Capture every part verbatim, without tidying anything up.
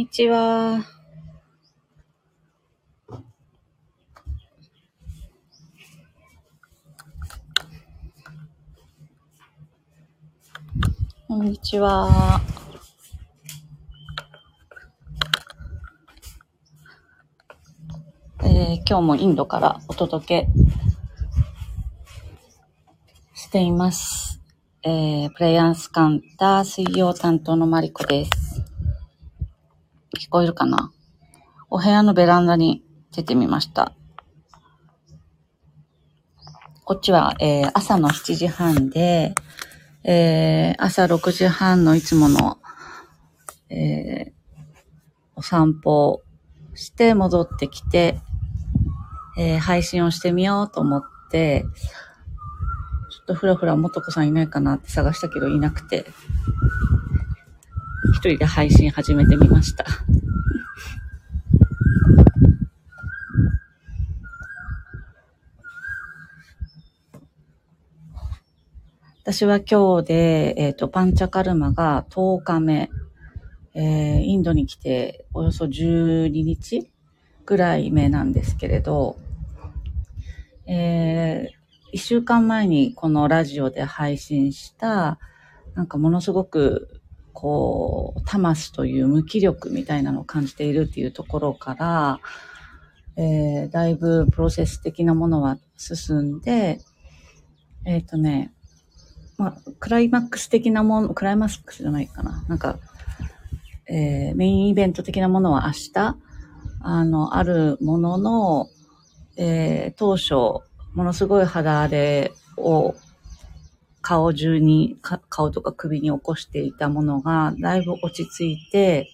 にちは。こんにちは。えー、今日もインドからお届けしています。えー、プレイヤンスカンター水曜担当のマリコです。聞こえるかな？お部屋のベランダに出てみました。こっちは、えー、朝のしちじはんで、えー、朝ろくじはんのいつもの、えー、お散歩をして戻ってきて、えー、配信をしてみようと思って、ちょっとふらふらもとこさんいないかなって探したけどいなくて、一人で配信始めてみました。私は今日で、えっと、パンチャカルマがとおかめ、えー、インドに来ておよそじゅうににちぐらい目なんですけれど、えー、いっしゅうかんまえにこのラジオで配信した、なんかものすごく、こう、魂という無気力みたいなのを感じているっていうところから、えー、だいぶプロセス的なものは進んで、えっとね、まあ、クライマックス的なもの、クライマックスじゃないかな。なんか、えー、メインイベント的なものは明日、あの、あるものの、えー、当初、ものすごい肌荒れを顔中に、顔とか首に起こしていたものが、だいぶ落ち着いて、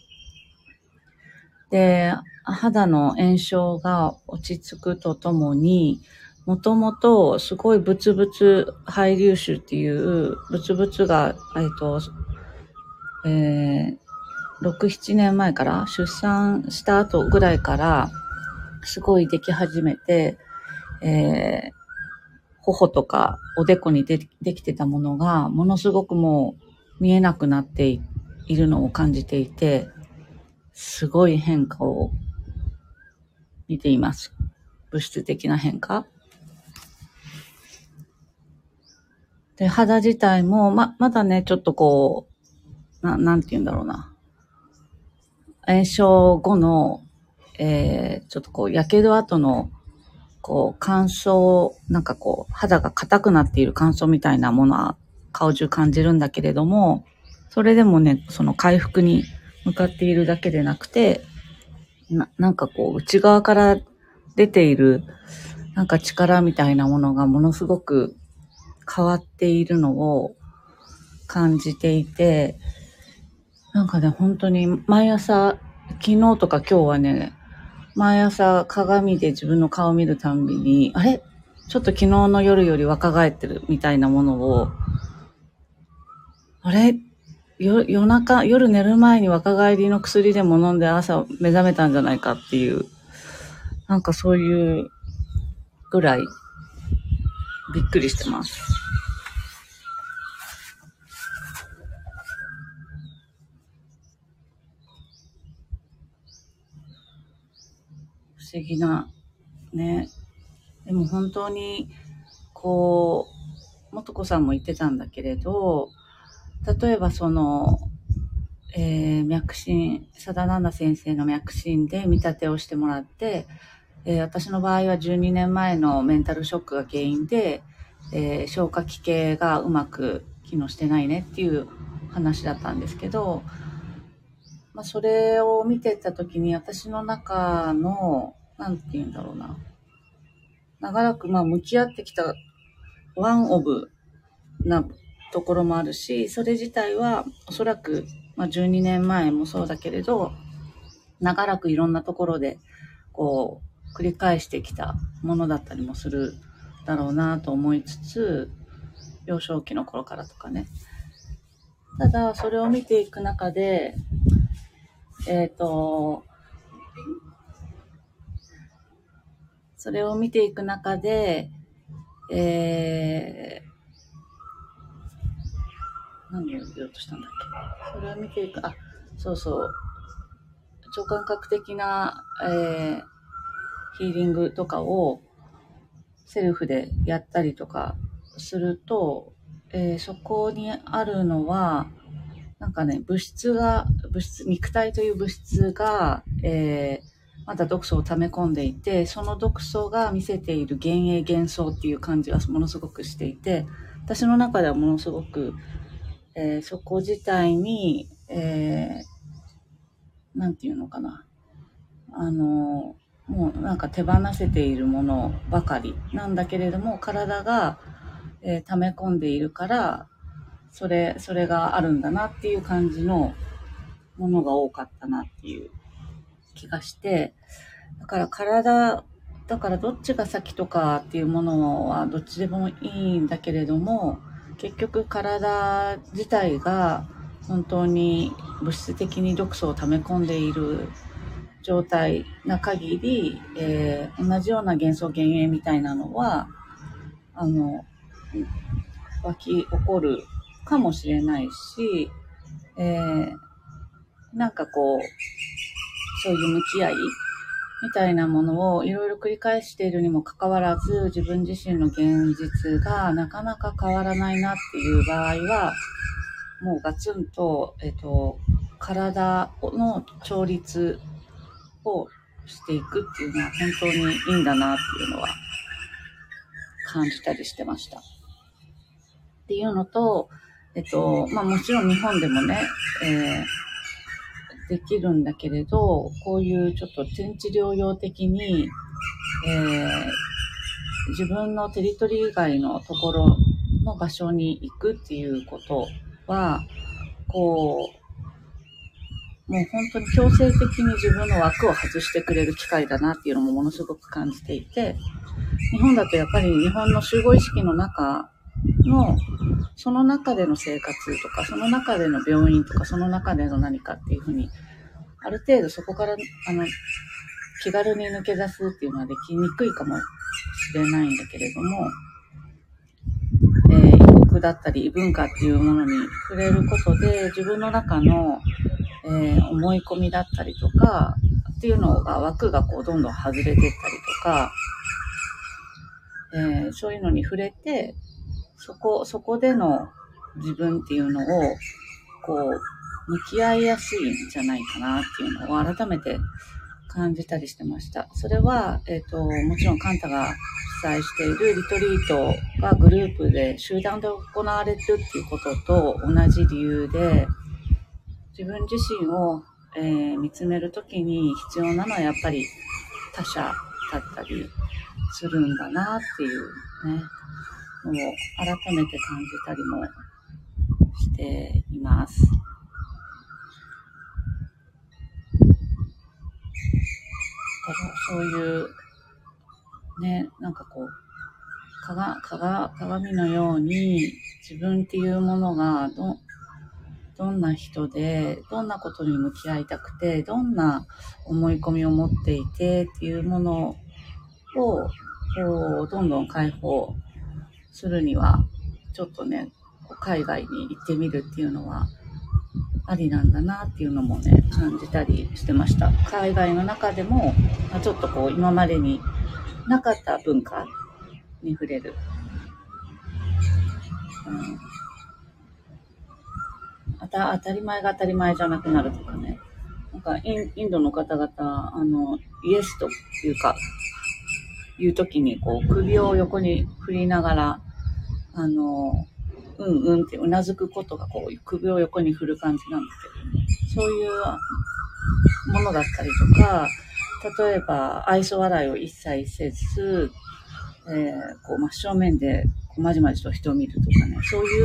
で、肌の炎症が落ち着くとともに、もともとすごいブツブツ肺粒腫っていうブツブツが、えっと、えー、ろく、ななねんまえから出産した後ぐらいからすごいでき始めて、えー、頬とかおでこにでできてたものがものすごくもう見えなくなっているのを感じていて、すごい変化を見ています。物質的な変化。で、肌自体も、ま、まだね、ちょっとこう、な、なんて言うんだろうな。炎症後の、えー、ちょっとこう、やけど後の、こう、乾燥、なんかこう、肌が硬くなっている乾燥みたいなものは、顔中感じるんだけれども、それでもね、その回復に向かっているだけでなくて、な、なんかこう、内側から出ている、なんか力みたいなものがものすごく変わっているのを感じていて、なんかね、本当に毎朝、昨日とか今日はね、毎朝鏡で自分の顔を見るたんびに、あれちょっと昨日の夜より若返ってるみたいなものを、あれよ夜中、夜寝る前に若返りの薬でも飲んで朝目覚めたんじゃないかっていう、なんかそういうぐらいびっくりしてます。不思議な、ね。でも本当に、こう、もとこさんも言ってたんだけれど、例えばその、えー、脈診、佐田ナナ先生の脈診で見立てをしてもらって、えー、私の場合はじゅうにねんまえのメンタルショックが原因で、えー、消化器系がうまく機能してないねっていう話だったんですけど、まあ、それを見てた時に私の中の、なんて言うんだろうな、長らくまあ向き合ってきたワンオブなところもあるし、それ自体はおそらく、まあ、じゅうにねんまえもそうだけれど、長らくいろんなところでこう繰り返してきたものだったりもするだろうなと思いつつ、幼少期の頃からとかね。ただそれを見ていく中で、えっと、それを見ていく中で、えー、何を言おうとしたんだっけ。それを見ていく、あ、そうそう。 超感覚的な、えー、ヒーリングとかをセルフでやったりとかすると、えー、そこにあるのは、なんかね、物質が、物質、肉体という物質が、えー、まだ毒素を溜め込んでいて、その毒素が見せている幻影幻想っていう感じがものすごくしていて、私の中ではものすごく、えー、そこ自体に、えー、なんていうのかな。あの、もうなんか手放せているものばかりなんだけれども、体が、えー溜め込んでいるから、それ、それがあるんだなっていう感じのものが多かったなっていう気がして、だから体、だからどっちが先とかっていうものはどっちでもいいんだけれども、結局体自体が本当に物質的に毒素を溜め込んでいる状態な限り、えー、同じような幻想幻影みたいなのは、あの、湧き起こるかもしれないし、えー、なんかこう、そういう向き合いみたいなものをいろいろ繰り返しているにもかかわらず、自分自身の現実がなかなか変わらないなっていう場合は、もうガツンと、えっと、体の調律をしていくっていうのは本当にいいんだなっていうのは感じたりしてました。っていうのと、えっと、まあもちろん日本でもね、えー、できるんだけれど、こういうちょっと天地療養的に、えー、自分のテリトリー以外のところの場所に行くっていうことは、こう、もう本当に強制的に自分の枠を外してくれる機会だなっていうのもものすごく感じていて、日本だとやっぱり日本の集合意識の中の、その中での生活とか、その中での病院とか、その中での何かっていうふうに、ある程度そこから、あの、気軽に抜け出すっていうのはできにくいかもしれないんだけれども、えー、異国だったり異文化っていうものに触れることで、自分の中の、えー、思い込みだったりとか、っていうのが、枠がこうどんどん外れていったりとか、えー、そういうのに触れて、そこ、そこでの自分っていうのを、こう、向き合いやすいんじゃないかなっていうのを改めて感じたりしてました。それは、えっと、もちろんカンタが主催しているリトリートがグループで集団で行われるっていうことと同じ理由で、自分自身を、えー、見つめるときに必要なのはやっぱり他者だったりするんだなっていうね、のを改めて感じたりもしています。だからそういうね、なんかこう鏡のように自分っていうものがどどんな人で、どんなことに向き合いたくて、どんな思い込みを持っていてっていうものをこうどんどん解放するには、ちょっとね、海外に行ってみるっていうのはありなんだなっていうのもね、感じたりしてました。海外の中でも、ちょっとこう今までになかった文化に触れる。うんあた、当たり前が当たり前じゃなくなるとかね。なんかイン、インドの方々、あの、イエスというか、いう時にこう首を横に振りながら、あの、うんうんってうなずくことがこう首を横に振る感じなんですけど、ね、そういうものだったりとか、例えば愛想笑いを一切せず、えー、こう真正面でこうまじまじと人を見るとかね、そういう、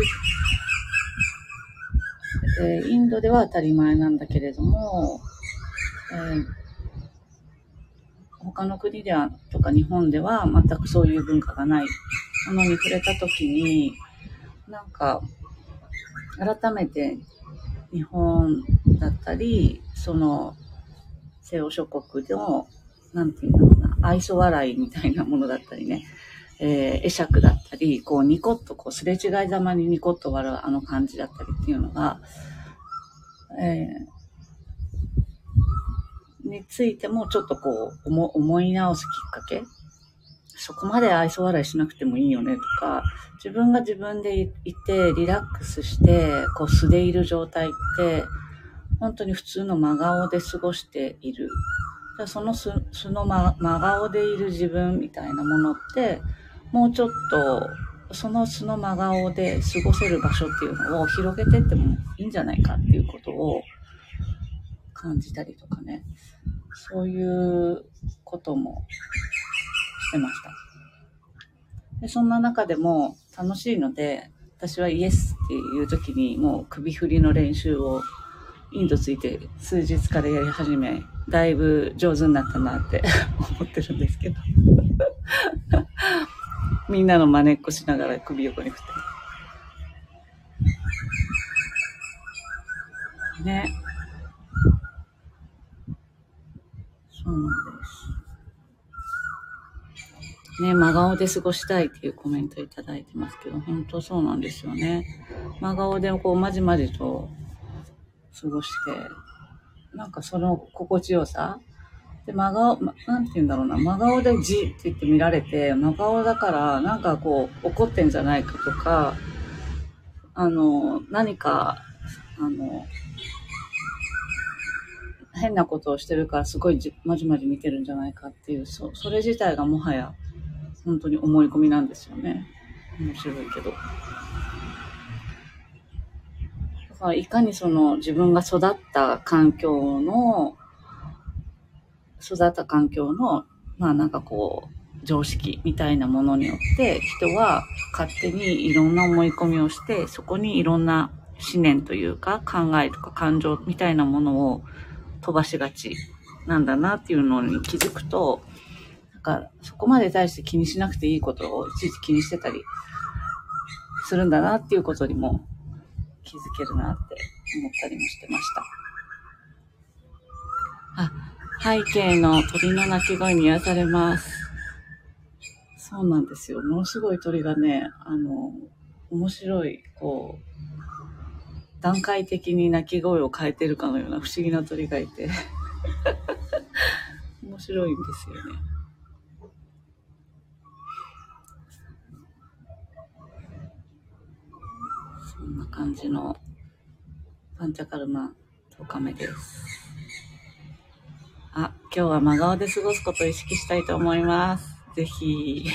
えー、インドでは当たり前なんだけれども、えー、他の国ではとか日本では全くそういう文化がないものに触れたときに、なんか改めて日本だったり、その西欧諸国のなんていうんだろうな、愛想笑いみたいなものだったりね、えー、会釈だったり、こうニコッとこうすれ違いざまにニコッと笑うあの感じだったりっていうのが、えについてもちょっとこう思思い直すきっかけ、そこまで愛想笑いしなくてもいいよねとか、自分が自分でいてリラックスしてこう素でいる状態って本当に普通の真顔で過ごしている。じゃあその素の真顔でいる自分みたいなものってもうちょっとその素の真顔で過ごせる場所っていうのを広げてってもいいんじゃないかっていうことを感じたりとかね、そういうこともしてました。でそんな中でも楽しいので、私はイエスっていう時にもう首振りの練習をインドついて数日からやり始め、だいぶ上手になったなって思ってるんですけどみんなの真似っこしながら首横に振ってね。そうなんですね。真顔で過ごしたいっていうコメントいただいてますけど、本当そうなんですよね。真顔でこうまじまじと過ごして、なんかその心地よさで、真顔、ま、なんて言うんだろうな、真顔でじって言って見られて、真顔だからなんかこう怒ってんじゃないかとか、あの何かあの変なことをしてるからすごいじまじまじ見てるんじゃないかっていう、そそれ自体がもはや本当に思い込みなんですよね。面白いけど。だからいかにその自分が育った環境の育った環境のまあなんかこう常識みたいなものによって人は勝手にいろんな思い込みをして、そこにいろんな思念というか考えとか感情みたいなものを飛ばしがちなんだなっていうのに気づくと、なんかそこまで対して気にしなくていいことをいちいち気にしてたりするんだなっていうことにも気づけるなって思ったりもしてました。あ、背景の鳥の鳴き声に癒されます。そうなんですよ。ものすごい鳥がね、あの面白いこう段階的に鳴き声を変えてるかのような不思議な鳥がいて面白いんですよね。そんな感じのパンチャカルマとおかめです。あ、今日は真顔で過ごすことを意識したいと思います。ぜひ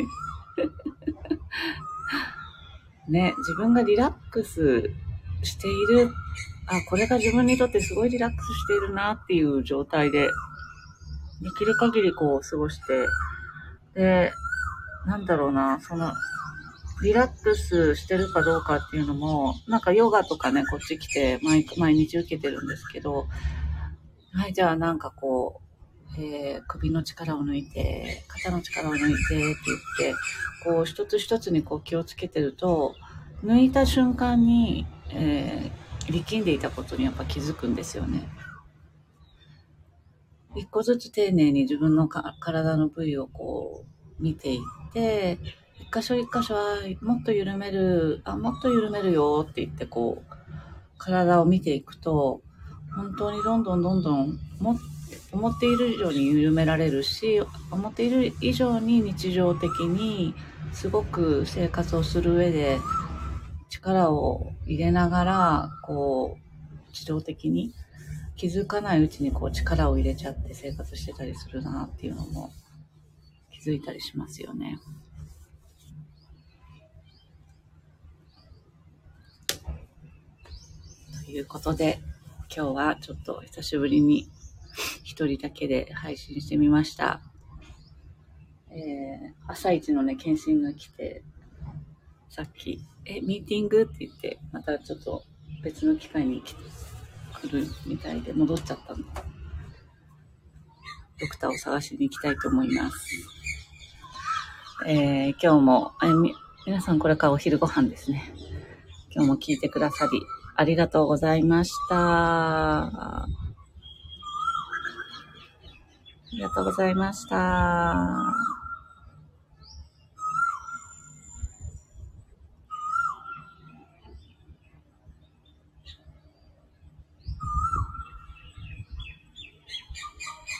ね、自分がリラックスしている、あ、これが自分にとってすごいリラックスしているなっていう状態でできる限りこう過ごして、で、なんだろうな、そのリラックスしてるかどうかっていうのも、なんかヨガとかね、こっち来て毎毎日受けてるんですけど、はい、じゃあなんかこう、えー、首の力を抜いて、肩の力を抜いてって言って、こう一つ一つにこう気をつけてると、抜いた瞬間に、えー、力んでいたことにやっぱ気づくんですよね。一個ずつ丁寧に自分のか体の部位をこう見ていって、一箇所一箇所はもっと緩める、あ、もっと緩めるよって言ってこう体を見ていくと、本当にどんどんどんどんも思っている以上に緩められるし、思っている以上に日常的にすごく生活をする上で力を入れながらこう自動的に気づかないうちにこう力を入れちゃって生活してたりするなっていうのも気づいたりしますよね。ということで今日はちょっと久しぶりに一人だけで配信してみました。えー、朝一のね検診が来て、さっきえミーティングって言ってまたちょっと別の機会に来るみたいで戻っちゃったので、ドクターを探しに行きたいと思います。えー、今日もあみ皆さんこれからお昼ご飯ですね。今日も聞いてくださりありがとうございました。ありがとうございました。